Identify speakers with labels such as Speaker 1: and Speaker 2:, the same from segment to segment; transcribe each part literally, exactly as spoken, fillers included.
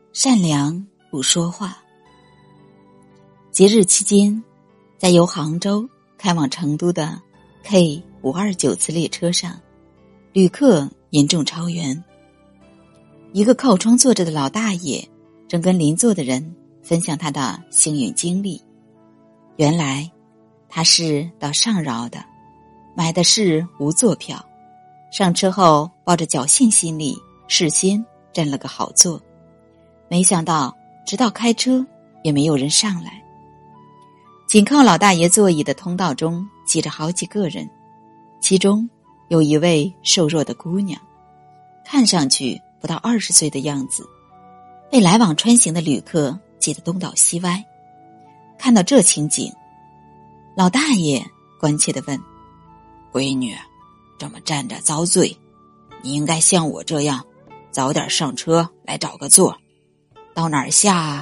Speaker 1: 善良不说话。节日期间，在由杭州开往成都的 K 五二九次列车上，旅客严重超员。一个靠窗坐着的老大爷正跟邻座的人分享他的幸运经历。原来他是到上饶的，买的是无座票，上车后抱着侥幸心理，事先占了个好座，没想到直到开车也没有人上来。紧靠老大爷座椅的通道中挤着好几个人，其中有一位瘦弱的姑娘，看上去不到二十岁的样子，被来往穿行的旅客挤得东倒西歪。看到这情景，老大爷关切地问：闺女，这么站着遭罪，你应该像我这样早点上车来找个座，到哪儿下啊？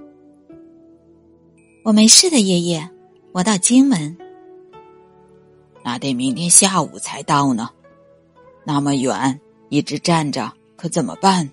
Speaker 1: 我没事的爷爷，我到荆门。那得明天下午才到呢，那么远一直站着可怎么办？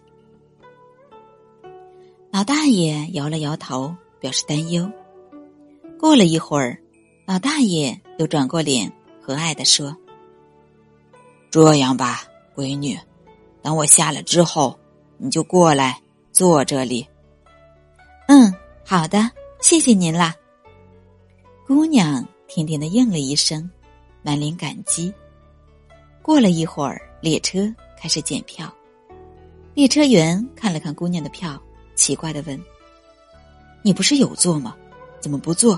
Speaker 1: 老大爷摇了摇头，表示担忧。过了一会儿，老大爷又转过脸和蔼地说：这样吧，闺女，等我下了之后你就过来坐这里。嗯，好的，谢谢您啦。姑娘甜甜地应了一声，满脸感激。过了一会儿，列车开始检票。列车员看了看姑娘的票，奇怪地问：你不是有座吗？怎么不坐？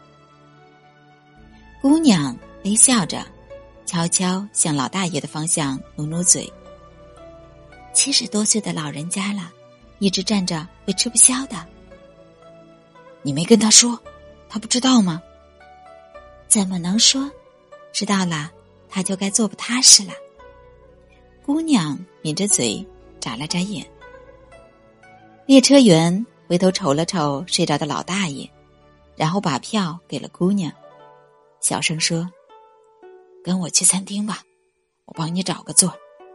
Speaker 1: 姑娘微笑着，悄悄向老大爷的方向努努嘴。七十多岁的老人家了，一直站着会吃不消的。你没跟他说，他不知道吗？怎么能说？知道了，他就该坐不踏实了。姑娘抿着嘴，眨了眨眼。列车员回头瞅了瞅睡着的老大爷，然后把票给了姑娘，小声说：跟我去餐厅吧，我帮你找个座。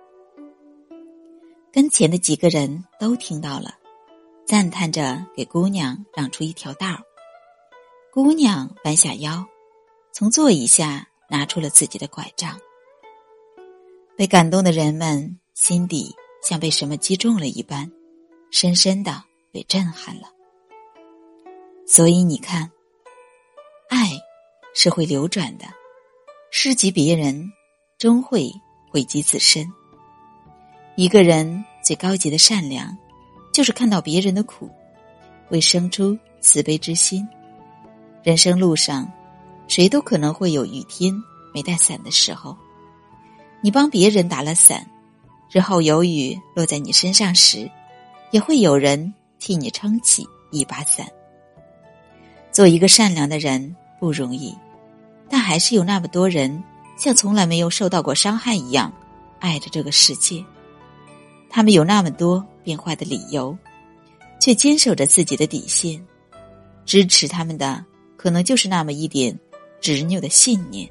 Speaker 1: 跟前的几个人都听到了，赞叹着给姑娘让出一条道。姑娘弯下腰，从座椅下拿出了自己的拐杖。被感动的人们心底像被什么击中了一般，深深地被震撼了。所以你看，爱是会流转的，施及别人终会惠及自身。一个人最高级的善良，就是看到别人的苦，会生出慈悲之心。人生路上，谁都可能会有雨天没带伞的时候，你帮别人打了伞，日后有雨落在你身上时，也会有人替你撑起一把伞。做一个善良的人不容易，但还是有那么多人像从来没有受到过伤害一样爱着这个世界。他们有那么多变坏的理由，却坚守着自己的底线，支持他们的可能就是那么一点执拗的信念。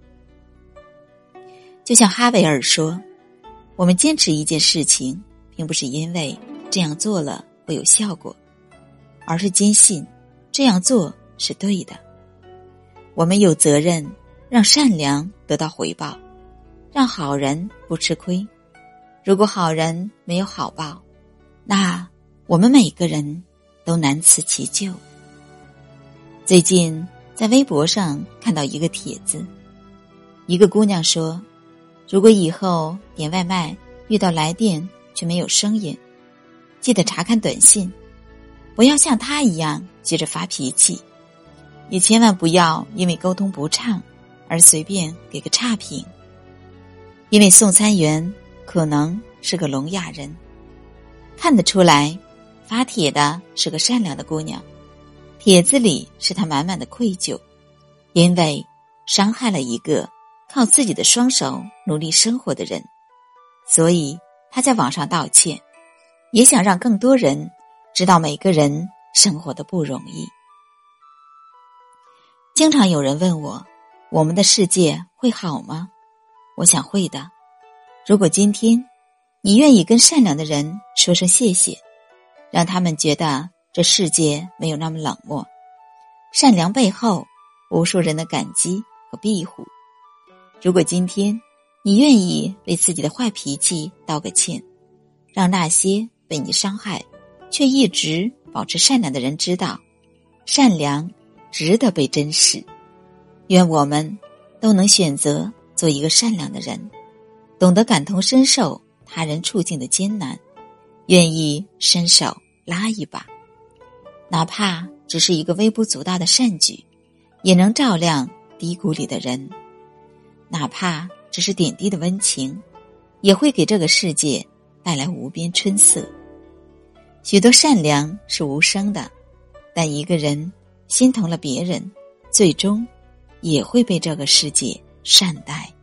Speaker 1: 就像哈维尔说，我们坚持一件事情，并不是因为这样做了会有效果，而是坚信这样做是对的。我们有责任让善良得到回报，让好人不吃亏。如果好人没有好报，那我们每个人都难辞其咎。最近在微博上看到一个帖子，一个姑娘说，如果以后点外卖遇到来电却没有声音，记得查看短信，不要像她一样急着发脾气，也千万不要因为沟通不畅而随便给个差评。因为送餐员可能是个聋哑人，看得出来发帖的是个善良的姑娘，帖子里是她满满的愧疚，因为伤害了一个靠自己的双手努力生活的人，所以她在网上道歉，也想让更多人知道每个人生活的不容易。经常有人问我，我们的世界会好吗？我想会的。如果今天你愿意跟善良的人说声谢谢， 让他们觉得这世界没有那么冷漠。善良背后，无数人的感激和庇护。如果今天你愿意为自己的坏脾气道个歉，让那些被你伤害却一直保持善良的人知道，善良值得被珍视。愿我们都能选择做一个善良的人，懂得感同身受他人处境的艰难，愿意伸手拉一把，哪怕只是一个微不足道的善举，也能照亮低谷里的人。哪怕只是点滴的温情，也会给这个世界带来无边春色。许多善良是无声的，但一个人心疼了别人，最终也会被这个世界善待。